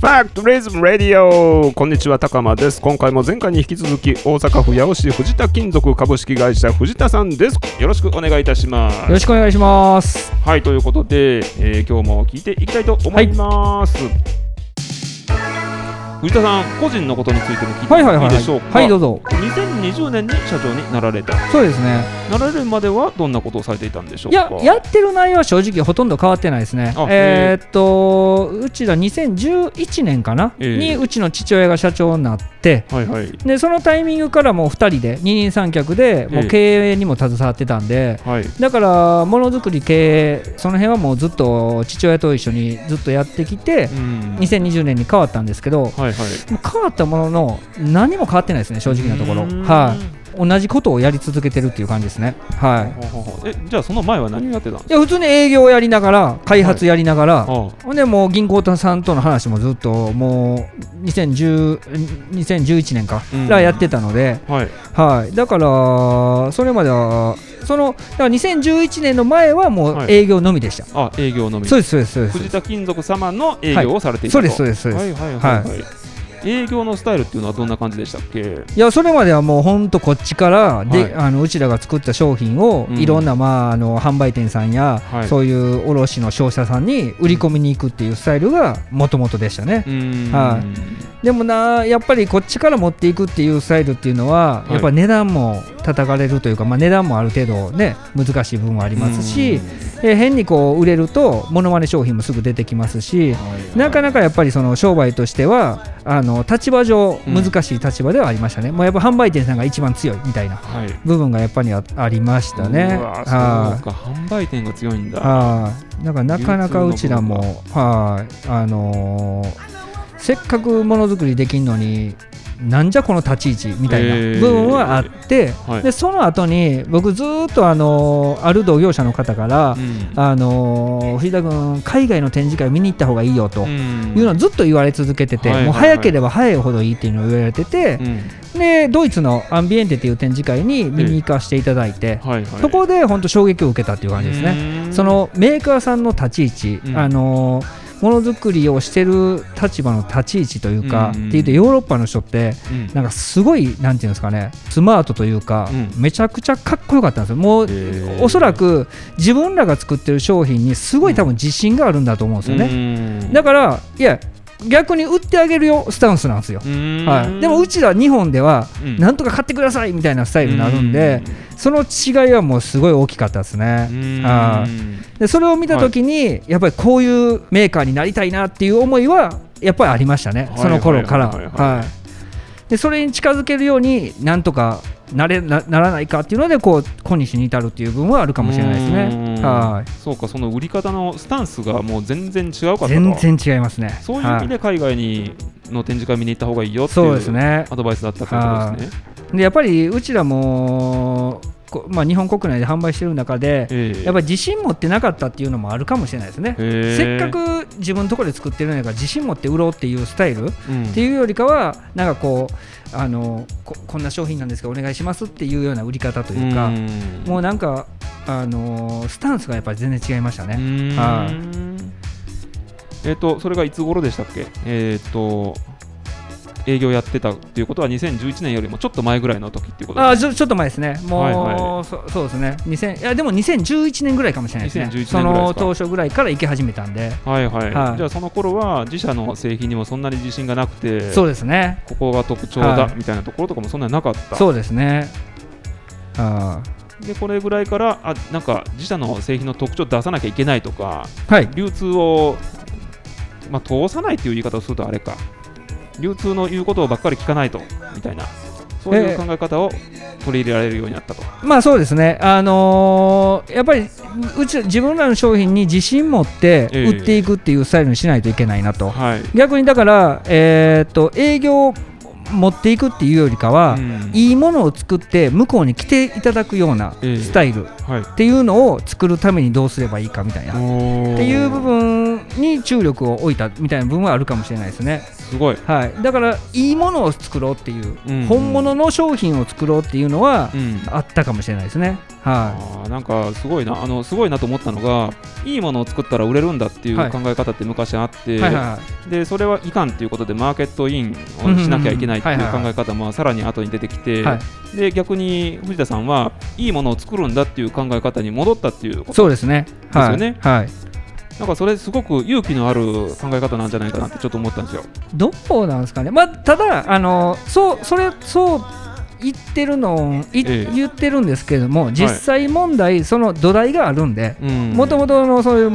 back to Rhythm Radio。 こんにちは、高間です。今回も前回に引き続き大阪府八尾市藤田金属株式会社藤田さんです。よろしくお願いいたします。 よろしくお願いします。 はい、ということで、今日も聞いていきたいと思います。藤田さん、個人のことについても聞いていいでしょうか。 はい、どうぞ。 2020年に社長になられた。 そうですね。 なられるまではどんなことをされていたんでしょうか。 やってる内容は正直ほとんど変わってないですね。うちら2011年かな、にうちの父親が社長になって、でそのタイミングからもう2人で二人三脚でもう経営にも携わってたんで、だからものづくり経営その辺はもうずっと父親と一緒にずっとやってきて、2020年に変わったんですけど、もう変わったものの何も変わってないですね、正直なところ。同じことをやり続けてるっていう感じですね。 じゃあその前は何をやってたんですか。 いや、普通に営業をやりながら開発やりながら、でもう銀行さんとの話もずっともう2011年からやってたので、だからそれまではだから2011年の前はもう営業のみでした。 営業のみ。 そうです。 藤田金属様の営業をされていたと。 そうです。 営業のスタイルっていうのはどんな感じでしたっけ。 いや、それまではもうほんとこっちからで、うちらが作った商品をいろんな、販売店さんや、そういう卸の商社さんに売り込みに行くっていうスタイルがもともとでしたね。でもやっぱりこっちから持っていくっていうスタイルっていうのは、やっぱり値段も叩かれるというか、値段もある程度ね難しい部分もありますし、変にこう売れるとモノマネ商品もすぐ出てきますし、なかなかやっぱりその商売としては立場上難しい立場ではありましたね。もうやっぱ販売店さんが一番強いみたいな部分がやっぱりありましたね。 そうか、販売店が強いんだ。 だからなかなかうちらもせっかくものづくりできんのになんじゃこの立ち位置みたいな部分はあって、でその後に僕ずっとある同業者の方から、藤田君海外の展示会見に行った方がいいよというのをずっと言われ続けてて、もう早ければ早いほどいいっていうのを言われてて、でドイツのアンビエンテっていう展示会に見に行かせていただいて、そこで本当衝撃を受けたっていう感じですね。そのメーカーさんの立ち位置、ものづくりをしてる立場の立ち位置というか、っていうとヨーロッパの人ってなんかすごいなんていうんですかね、スマートというか、めちゃくちゃかっこよかったんですよ。もうおそらく自分らが作ってる商品にすごい多分自信があるんだと思うんですよね。だからいや逆に売ってあげるよスタンスなんですよ。でもうちら日本ではなんとか買ってくださいみたいなスタイルになるんで、その違いはもうすごい大きかったですね。でそれを見た時にやっぱりこういうメーカーになりたいなっていう思いはやっぱりありましたね、その頃から。でそれに近づけるようになんとかならないかっていうので今日に至るっていう部分はあるかもしれないですね。 そうか、その売り方のスタンスがもう全然違うかったと。 全然違いますね。 そういう意味で海外の展示会見に行った方がいいよっていうアドバイスだったということですね。 でやっぱりうちらも日本国内で販売している中で、やっぱり自信持ってなかったっていうのもあるかもしれないですね。せっかく自分のところで作ってるんだから自信持って売ろうっていうスタイルっていうよりかは、なんかこんな商品なんですがお願いしますっていうような売り方というか、もうなんかスタンスがやっぱり全然違いましたね。 それがいつ頃でしたっけ。営業やってたっていうことは2011年よりもちょっと前ぐらいの時っていうことですか。 ちょっと前ですね。もう、そうですね。いやでも2011年ぐらいかもしれないですね。その当初ぐらいから行き始めたんで。じゃあその頃は自社の製品にもそんなに自信がなくて、そうですね。ここが特徴だみたいなところとかもそんなになかった。そうですね。でこれぐらいからなんか自社の製品の特徴を出さなきゃいけないとか、流通を通さないっていう言い方をするとあれか。流通の言うことばっかり聞かないとみたいな、そういう考え方を取り入れられるようになったと。そうですね。やっぱり自分らの商品に自信持って売っていくっていうスタイルにしないといけないなと。逆にだから、営業持っていくっていうよりかは、いいものを作って向こうに来ていただくようなスタイルっていうのを作るためにどうすればいいかみたいなっていう部分に注力を置いたみたいな部分はあるかもしれないですね。 すごい、 はい、だからいいものを作ろうっていう、本物の商品を作ろうっていうのはあったかもしれないですね。はい、 なんかすごいな、すごいなと思ったのが、いいものを作ったら売れるんだっていう考え方って昔あって、でそれはいかんということでマーケットインをしなきゃいけないっていう考え方もさらに後に出てきて、で逆に藤田さんはいいものを作るんだっていう考え方に戻ったっていうことですよね。 そうですね。はい、 なんかそれすごく勇気のある考え方なんじゃないかなってちょっと思ったんですよ。 どうなんですかね。ただそう言ってる言ってるんですけども、実際問題その土台があるんで、もともとのそういう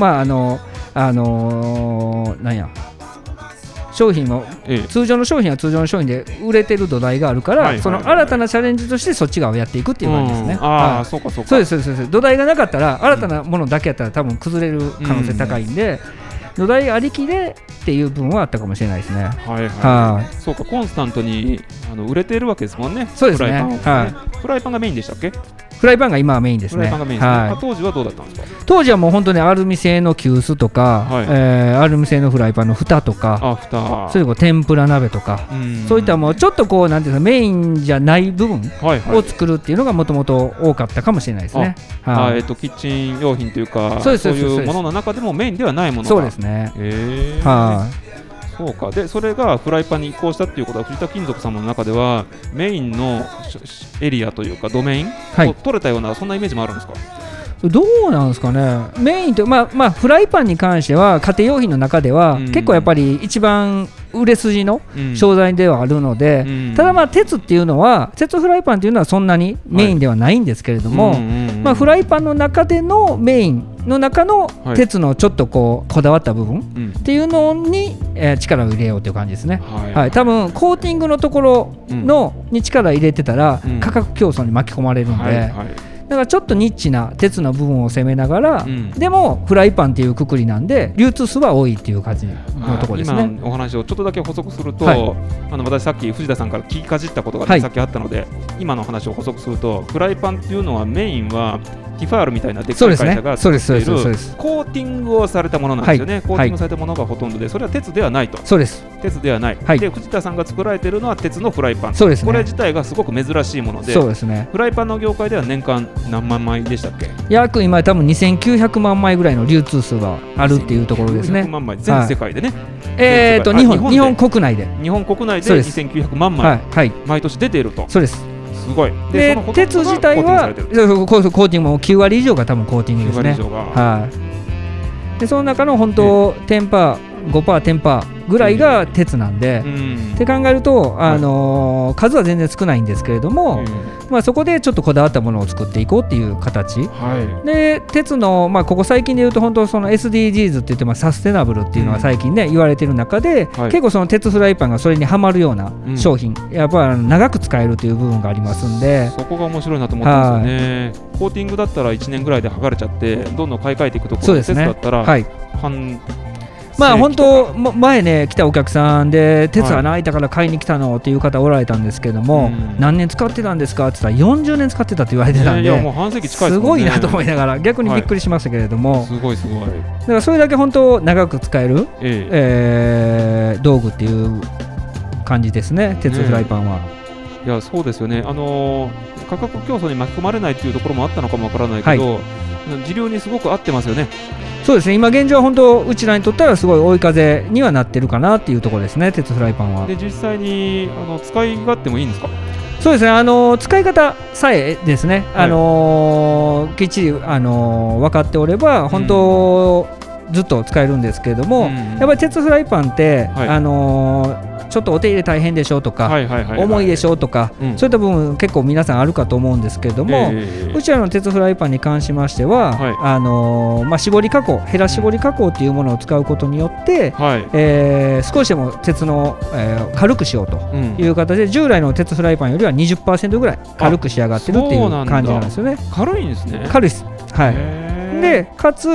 なんや商品を、通常の商品は通常の商品で売れてる土台があるから、その新たなチャレンジとしてそっち側をやっていくっていう感じですね。 そうかそうか。 そうです土台がなかったら新たなものだけやったら多分崩れる可能性高いんで、土台ありきでっていう分はあったかもしれないですね。 そうか、コンスタントに売れているわけですもんね。 そうですね。 フライパンがメインでしたっけ？ フライパンが今はメインですね。 当時はどうだったんですか？ 当時はもう本当にアルミ製の急須とか、アルミ製のフライパンの蓋とか、それこそ天ぷら鍋とか、そういったもうちょっとこうなんていうかメインじゃない部分を作るっていうのがもともと多かったかもしれないですね。 キッチン用品というか、そういうものの中でもメインではないものが。 そうですね。 そうか。でそれがフライパンに移行したっていうことは、藤田金属様の中ではメインのエリアというかドメインを取れたような、そんなイメージもあるんですか？ どうなんですかね。メインとフライパンに関しては家庭用品の中では結構やっぱり一番売れ筋の商材ではあるので、ただ鉄っていうのは鉄フライパンっていうのはそんなにメインではないんですけれども、フライパンの中でのメインの中の鉄のちょっとこだわった部分っていうのに力を入れようという感じですね。多分コーティングのところに力入れてたら価格競争に巻き込まれるんで、だからちょっとニッチな鉄の部分を攻めながら、でもフライパンっていうくくりなんで流通数は多いっていう感じのところですね。 今お話をちょっとだけ補足すると、私さっき藤田さんから聞きかじったことが、さっきあったので、今の話を補足すると、フライパンっていうのはメインはティファールみたいなでっかい会社が作っているコーティングをされたものなんですよね。コーティングされたものがほとんどで、それは鉄ではないと。 そうです。 鉄ではない。で藤田さんが作られているのは鉄のフライパン。 そうですね。 これ自体がすごく珍しいもので、 そうですね。 フライパンの業界では年間何万枚でしたっけ？ 約今多分2900万枚ぐらいの流通数があるっていうところですね。 2900万枚全世界でね。 日本国内で。 日本国内で2900万枚毎年出ていると。 そうです。 すごい。 で鉄自体はコーティングも9割以上が多分コーティングですね。でその中の本当10%、5%ぐらいが鉄なんで、って考えると数は全然少ないんですけれども、そこでちょっとこだわったものを作っていこうっていう形、で鉄のここ最近でいうと本当その SDGs って言ってサステナブルっていうのが最近ね言われてる中で、結構その鉄フライパンがそれにはまるような商品、やっぱり長く使えるという部分がありますんで、 そこが面白いなと思ってますよね。コーティングだったら1年ぐらいで剥がれちゃってどんどん買い替えていくところ、鉄だったら本当前ね来たお客さんで鉄穴開いたから買いに来たのっていう方おられたんですけども、何年使ってたんですかって言ったら40年使ってたって言われてたんで、 もう半世紀近いですもんね。 すごいなと思いながら逆にびっくりしましたけれども、 すごいだからそれだけ本当長く使える道具っていう感じですね、鉄フライパンは。 いやそうですよね。価格競争に巻き込まれないっていうところもあったのかもわからないけど、時流にすごく合ってますよね。 そうですね。今現状は本当うちらにとったらすごい追い風にはなってるかなっていうところですね、鉄フライパンは。 で実際に使い勝手もいいんですか？ そうですね。使い方さえですね、きっちり分かっておれば本当、ずっと使えるんですけれども、やっぱり鉄フライパンって、ちょっとお手入れ大変でしょとか、重いでしょとか、そういった部分結構皆さんあるかと思うんですけれども、うちらの鉄フライパンに関しましては、絞り加工、ヘラ絞り加工というものを使うことによって、少しでも鉄の、軽くしようという形で、従来の鉄フライパンよりは 20% ぐらい軽く仕上がってるっていう感じなんですよね。 軽いんですね。 軽いです。でかつ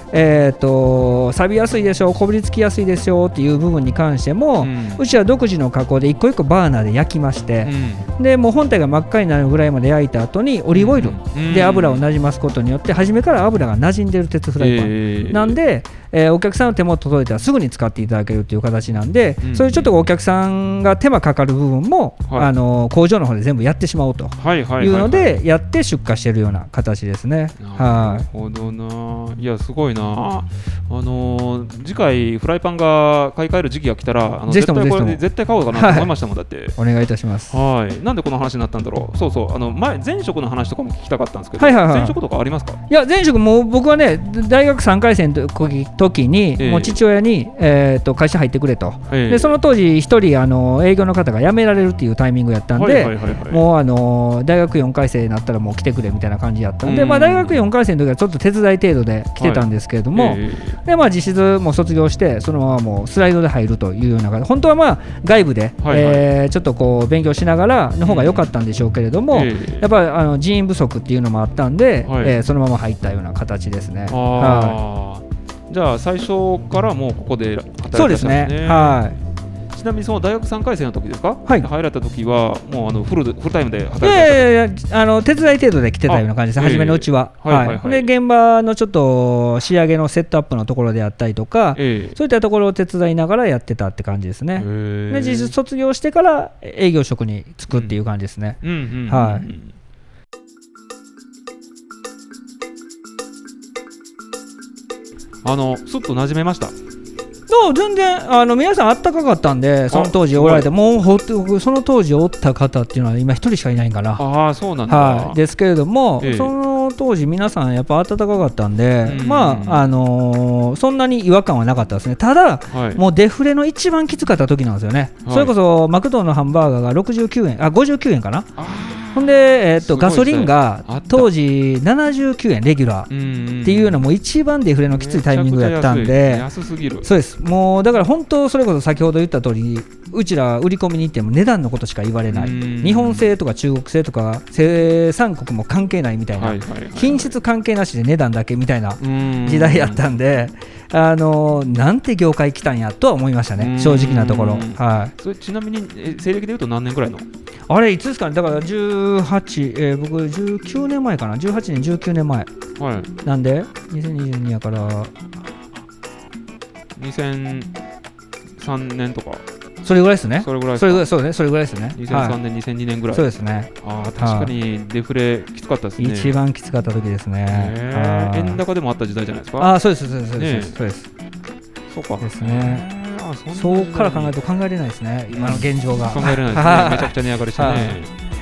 錆びやすいでしょ、こびりつきやすいですよっていう部分に関しても、うちは独自の加工で一個一個バーナーで焼きまして、でもう本体が真っ赤になるぐらいまで焼いた後にオリーブオイルで油をなじますことによって、初めから油が馴染んでる鉄フライパンなんで、お客さんの手元届いたらすぐに使っていただけるという形なんで、そういうちょっとお客さんが手間かかる部分も、工場の方で全部やってしまおうというのでやって出荷しているような形ですね。 なるほどな。いやすごいな。次回フライパンが買い替える時期が来たら絶対これで絶対買おうかなと思いましたもん。だってお願いいたします。 なんでこの話になったんだろう。そうそう前職の話とかも聞きたかったんですけど、前職とかありますか？ いや前職も僕はね大学3回生の時にもう父親に会社入ってくれと。でその当時一人営業の方が辞められるっていうタイミングやったんで、もう大学4回生になったらもう来てくれみたいな感じやったんで、大学4回生の時はちょっと手伝い程度で来てたんですけれども、で実質もう卒業してそのままもうスライドで入るというような、本当は外部でちょっとこう勉強しながらの方が良かったんでしょうけれども、やっぱり人員不足っていうのもあったんで、そのまま入ったような形ですね。 じゃあ最初からもうここで働いてたんですね。 そうですね。はい。 ちなみにその大学3回生の時ですか？入られた時はもうフルタイムで働いてた？ いや手伝い程度で来てたような感じです。初めのうちは。で現場のちょっと仕上げのセットアップのところであったりとか、そういったところを手伝いながらやってたって感じですね。で実質卒業してから営業職に就くっていう感じですね。はい。 すっと馴染めました？ 全然皆さんあったかかったんで、その当時おられて、もうその当時おった方っていうのは今一人しかいないから。 そうなんだ。 ですけれども、その当時皆さんやっぱ暖かかったんで、そんなに違和感はなかったですね。ただ、もうデフレの一番きつかった時なんですよね。それこそマクドのハンバーガーが69円59円かな。ほんで、ガソリンが当時79円レギュラーっていうのも一番デフレのきついタイミングやったんで、 安すぎる。 そうです。もうだから本当それこそ先ほど言った通り、うちら売り込みに行っても値段のことしか言われない、日本製とか中国製とか生産国も関係ないみたいな、品質関係なしで値段だけみたいな時代やったんで、なんて業界来たんやとは思いましたね、正直なところ。 それちなみに西暦でいうと何年ぐらいの？ あれいつですかね。だから18、僕19年前かな。18年19年前、なんで2022やから 2003年とかそれぐらいですね。 それぐらいですね。 2003年、2002年ぐらい。 そうですね。 確かにデフレきつかったですね。 一番きつかった時ですね。 円高でもあった時代じゃないですか。 そうです。 そうかですね。そうから考えると考えれないですね、今の現状が。 考えれないですね。めちゃくちゃ値上がりしてね。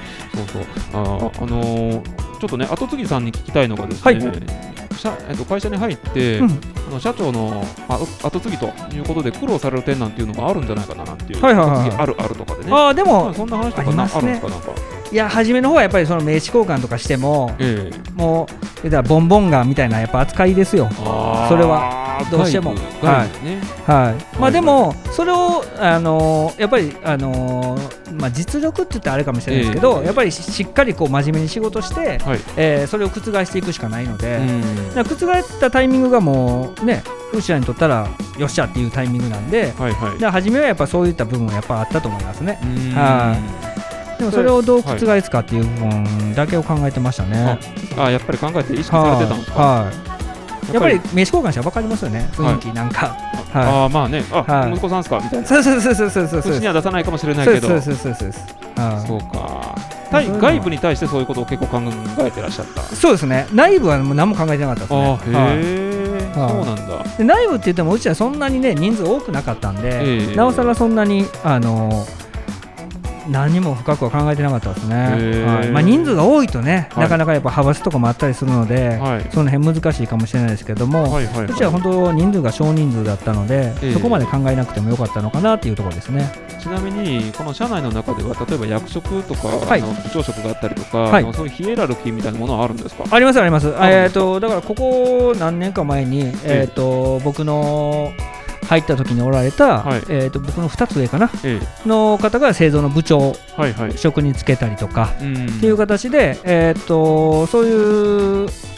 ちょっとね、後継ぎさんに聞きたいのがですね、会社に入って、社長の後継ぎということで苦労される点なんていうのがあるんじゃないかななんていう、あるとかでね。 でもそんな話とかあるんですか？なんかいや、初めの方はやっぱりその名刺交換とかしても、もうボンボンガンみたいなやっぱ扱いですよ。それはどうしても。でもそれをやっぱり実力って言ったらあれかもしれないですけど、やっぱりしっかりこう真面目に仕事して、それを覆していくしかないので、覆ったタイミングがもうね、うちらにとったらよっしゃっていうタイミングなんで、初めはやっぱそういった部分はやっぱあったと思いますね。でもそれをどう覆すかっていう部分だけを考えてましたね。 やっぱり考えて意識されてたんですか？ やっぱり名刺交換したら分かりますよね、雰囲気なんか。 息子さんですかみたいな。 そう。 うちには出さないかもしれないけど。 そうか。外部に対してそういうことを結構考えてらっしゃった。 そうですね。内部はもう何も考えてなかったですね。 そうなんだ。 内部って言ってもうちはそんなにね人数多くなかったんで、なおさらそんなに何も深くは考えてなかったですね。人数が多いとね、なかなかやっぱ派閥とかもあったりするので、その辺難しいかもしれないですけども、うちは本当人数が少人数だったので、そこまで考えなくてもよかったのかなっていうところですね。 ちなみにこの社内の中では例えば役職とか、部長職があったりとか、そういうヒエラルキーみたいなものはあるんですか？ あります。だからここ何年か前に、僕の入った時におられた、僕の2つ上かな、の方が製造の部長、職につけたりとか、っていう形で、そういう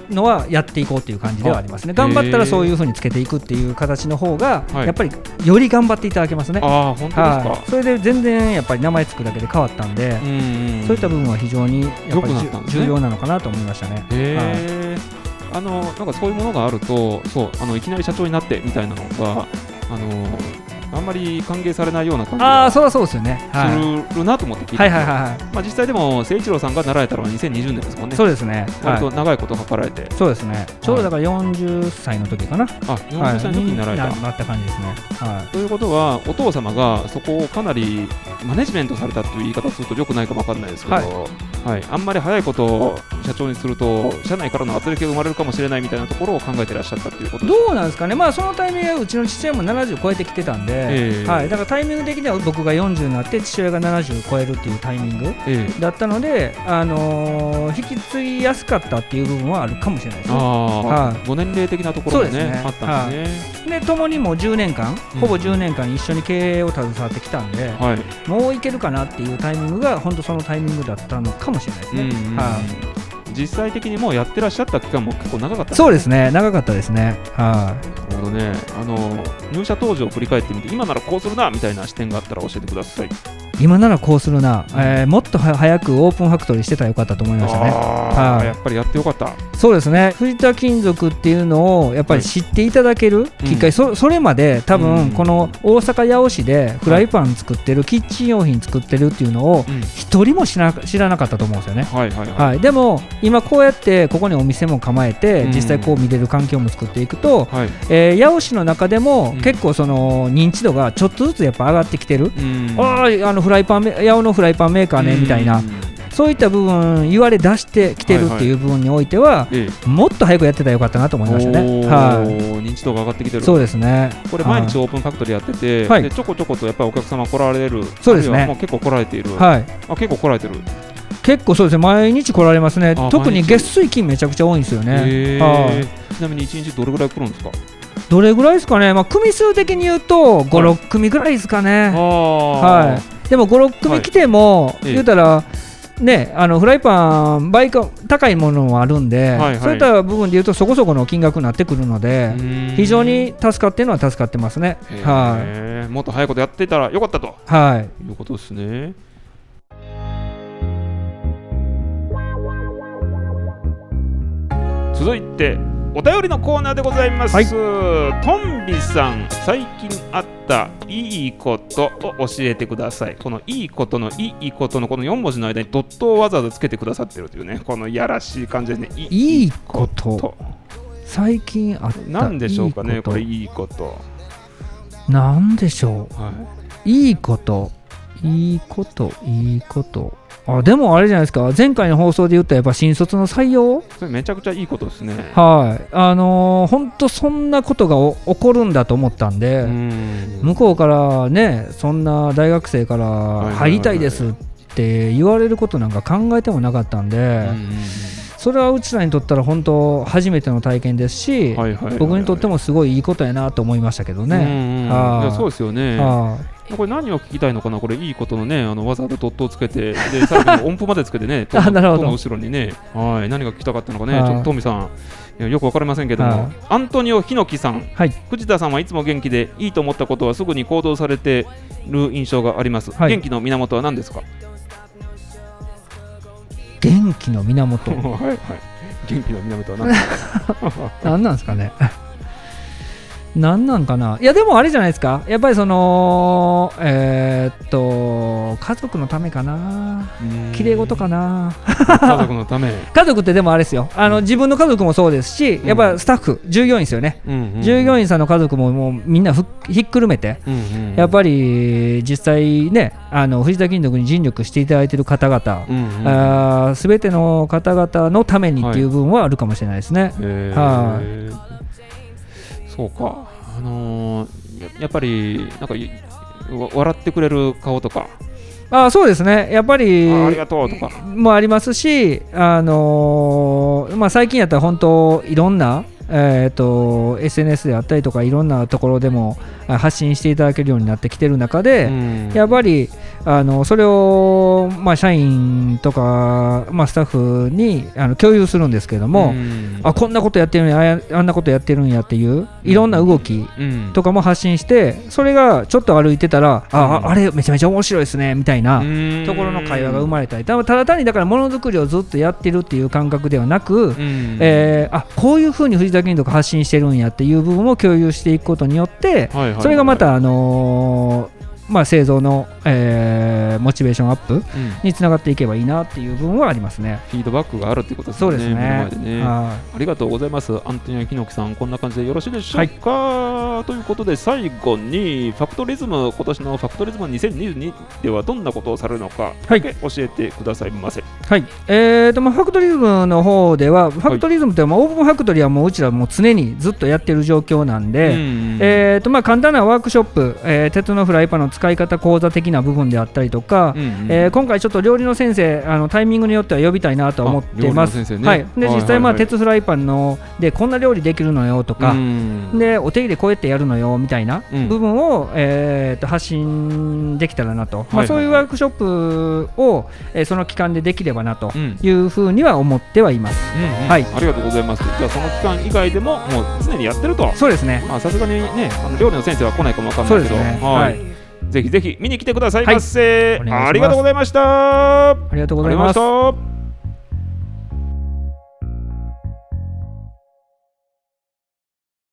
のはやっていこうっていう感じではありますね。頑張ったらそういう風につけていくっていう形の方がやっぱりより頑張っていただけますね。 本当ですか。 それで全然やっぱり名前つくだけで変わったんで、そういった部分は非常にやっぱり重要なのかなと思いましたね。 なんかそういうものがあると、いきなり社長になってみたいなのがあんまり歓迎されないような感じがそうですよね。 するなと思って聞いて実際でも誠一郎さんがなられたのは2020年ですもんね。 そうですね。 割と長いことかかられて。 そうですね。ちょうどだから40歳の時かな。 40歳の時になられた。 なった感じですね。 ということはお父様がそこをかなりマネジメントされたという言い方をすると良くないかも分かんないですけど、あんまり早いことを社長にすると社内からの圧力が生まれるかもしれないみたいなところを考えていらっしゃったということですか。 どうなんですかね。そのタイミングでうちの父親も70超えてきてたんで、だからタイミング的には僕が40になって父親が70超えるっていうタイミングだったので、引き継ぎやすかったっていう部分はあるかもしれないですね。 ご年齢的なところがねあったんですね。 で共にもう10年間ほぼ10年間一緒に経営を携わってきたんで、もういけるかなっていうタイミングが本当そのタイミングだったのかもしれないですね。 実際的にもうやってらっしゃった期間も結構長かった。 そうですね、長かったですね。 なるほどね。入社当時を振り返ってみて今ならこうするなみたいな視点があったら教えてください。 今ならこうするな、もっと早くオープンファクトリーしてたらよかったと思いましたね。 やっぱりやってよかった。 そうですね。藤田金属っていうのをやっぱり知っていただける機会、それまで多分この大阪八尾市でフライパン作ってる、キッチン用品作ってるっていうのを一人も知らなかったと思うんですよね。でも今こうやってここにお店も構えて実際こう見れる環境も作っていくと、八尾市の中でも結構その認知度がちょっとずつやっぱ上がってきてる。八尾のフライパンメーカーねみたいな、そういった部分言われ出してきてるっていう部分においては、もっと早くやってたらよかったなと思いましたね。 認知度が上がってきてる。 そうですね。 これ毎日オープンファクトリーやってて、でちょこちょことやっぱりお客様来られる。 そうですね。 もう結構来られている。結構来られてる。 結構そうですね。毎日来られますね。特に月水金めちゃくちゃ多いんですよね。 ちなみに1日どれぐらい来るんですか。 どれぐらいですかね。組数的に言うと5、6組ぐらいですかね。でも5、6組来ても言うたらね、フライパン倍か高いものもあるんで、そういった部分で言うとそこそこの金額になってくるので非常に助かっているのは助かってますね。 もっと早いことやっていたらよかったということですね。続いてお便りのコーナーでございます。トンビさん、最近あったいいことを教えてください。このいいことのいいことのこの4文字の間にドットをわざわざつけてくださってるというね、このいやらしい感じですね。 いいこと最近あった何でしょうかね。これいいこと何でしょう。いいことでもあれじゃないですか。前回の放送で言ったやっぱ新卒の採用、 それめちゃくちゃいいことですね。 本当そんなことが起こるんだと思ったんで、向こうからね、そんな大学生から入りたいですって言われることなんか考えてもなかったんで、それはうちらにとったら本当初めての体験ですし、僕にとってもすごいいいことやなと思いましたけどね。 そうですよね。これ何を聞きたいのかな。これいいことのね、わざわざドットをつけて、で最後に音符までつけてね、トの後ろにね、何が聞きたかったのかね、ちょっとトミさんよく分かりませんけども、アントニオヒノキさん、藤田さんはいつも元気でいいと思ったことはすぐに行動されてる印象があります。元気の源は何ですか。 元気の源元気の源は何ですか。 何なんですかね。何なんかな。いやでもあれじゃないですか。やっぱりその家族のためかな。綺麗事かな。 家族のため。 家族ってでもあれですよ。自分の家族もそうですし、やっぱりスタッフ、従業員ですよね。従業員さんの家族ももうみんなひっくるめて、やっぱり実際ね、藤田金属に尽力していただいている方々、すべての方々のためにっていう部分はあるかもしれないですね。 そうか。やっぱりなんか笑ってくれる顔とか。 そうですね。やっぱりありがとうとかもありますし、最近やったら本当いろんな SNS であったりとかいろんなところでも発信していただけるようになってきてる中で、やっぱりそれを、社員とか、スタッフに共有するんですけども、こんなことやってるんや、あんなことやってるんやっていういろんな動きとかも発信して、それがちょっと歩いてたら、あれめちゃめちゃ面白いですねみたいなところの会話が生まれたり、ただ単にだからものづくりをずっとやってるっていう感覚ではなく、こういうふうに藤田金属発信してるんやっていう部分を共有していくことによって、それがまた製造の、モチベーションアップにつながっていけばいいなっていう部分はありますね。 フィードバックがあるってことですね。 そうですね。 目の前でね。ありがとうございます。アントニオ猪木さん、こんな感じでよろしいでしょうか。ということで最後にファクトリズム、今年のファクトリズム2022ではどんなことをされるのかだけ教えてくださいませ。 はい。ファクトリズムの方では、ファクトリズムってオープンファクトリーはもううちらもう常にずっとやってる状況なんで、簡単なワークショップ、鉄のフライパンの使い方講座的な部分であったりとか、今回ちょっと料理の先生タイミングによっては呼びたいなと思ってます。で実際鉄フライパンのでこんな料理できるのよとか、でお手入れこうやってやるのよみたいな部分を、発信できたらなと、そういうワークショップを、その期間でできればなというふうには思ってはいます。 ありがとうございます。じゃあその期間以外でももう常にやってると。 そうですね。 さすがにね料理の先生は来ないかもわかんないけど、ぜひぜひ見に来てくださいませ。ありがとうございました。 ありがとうございます。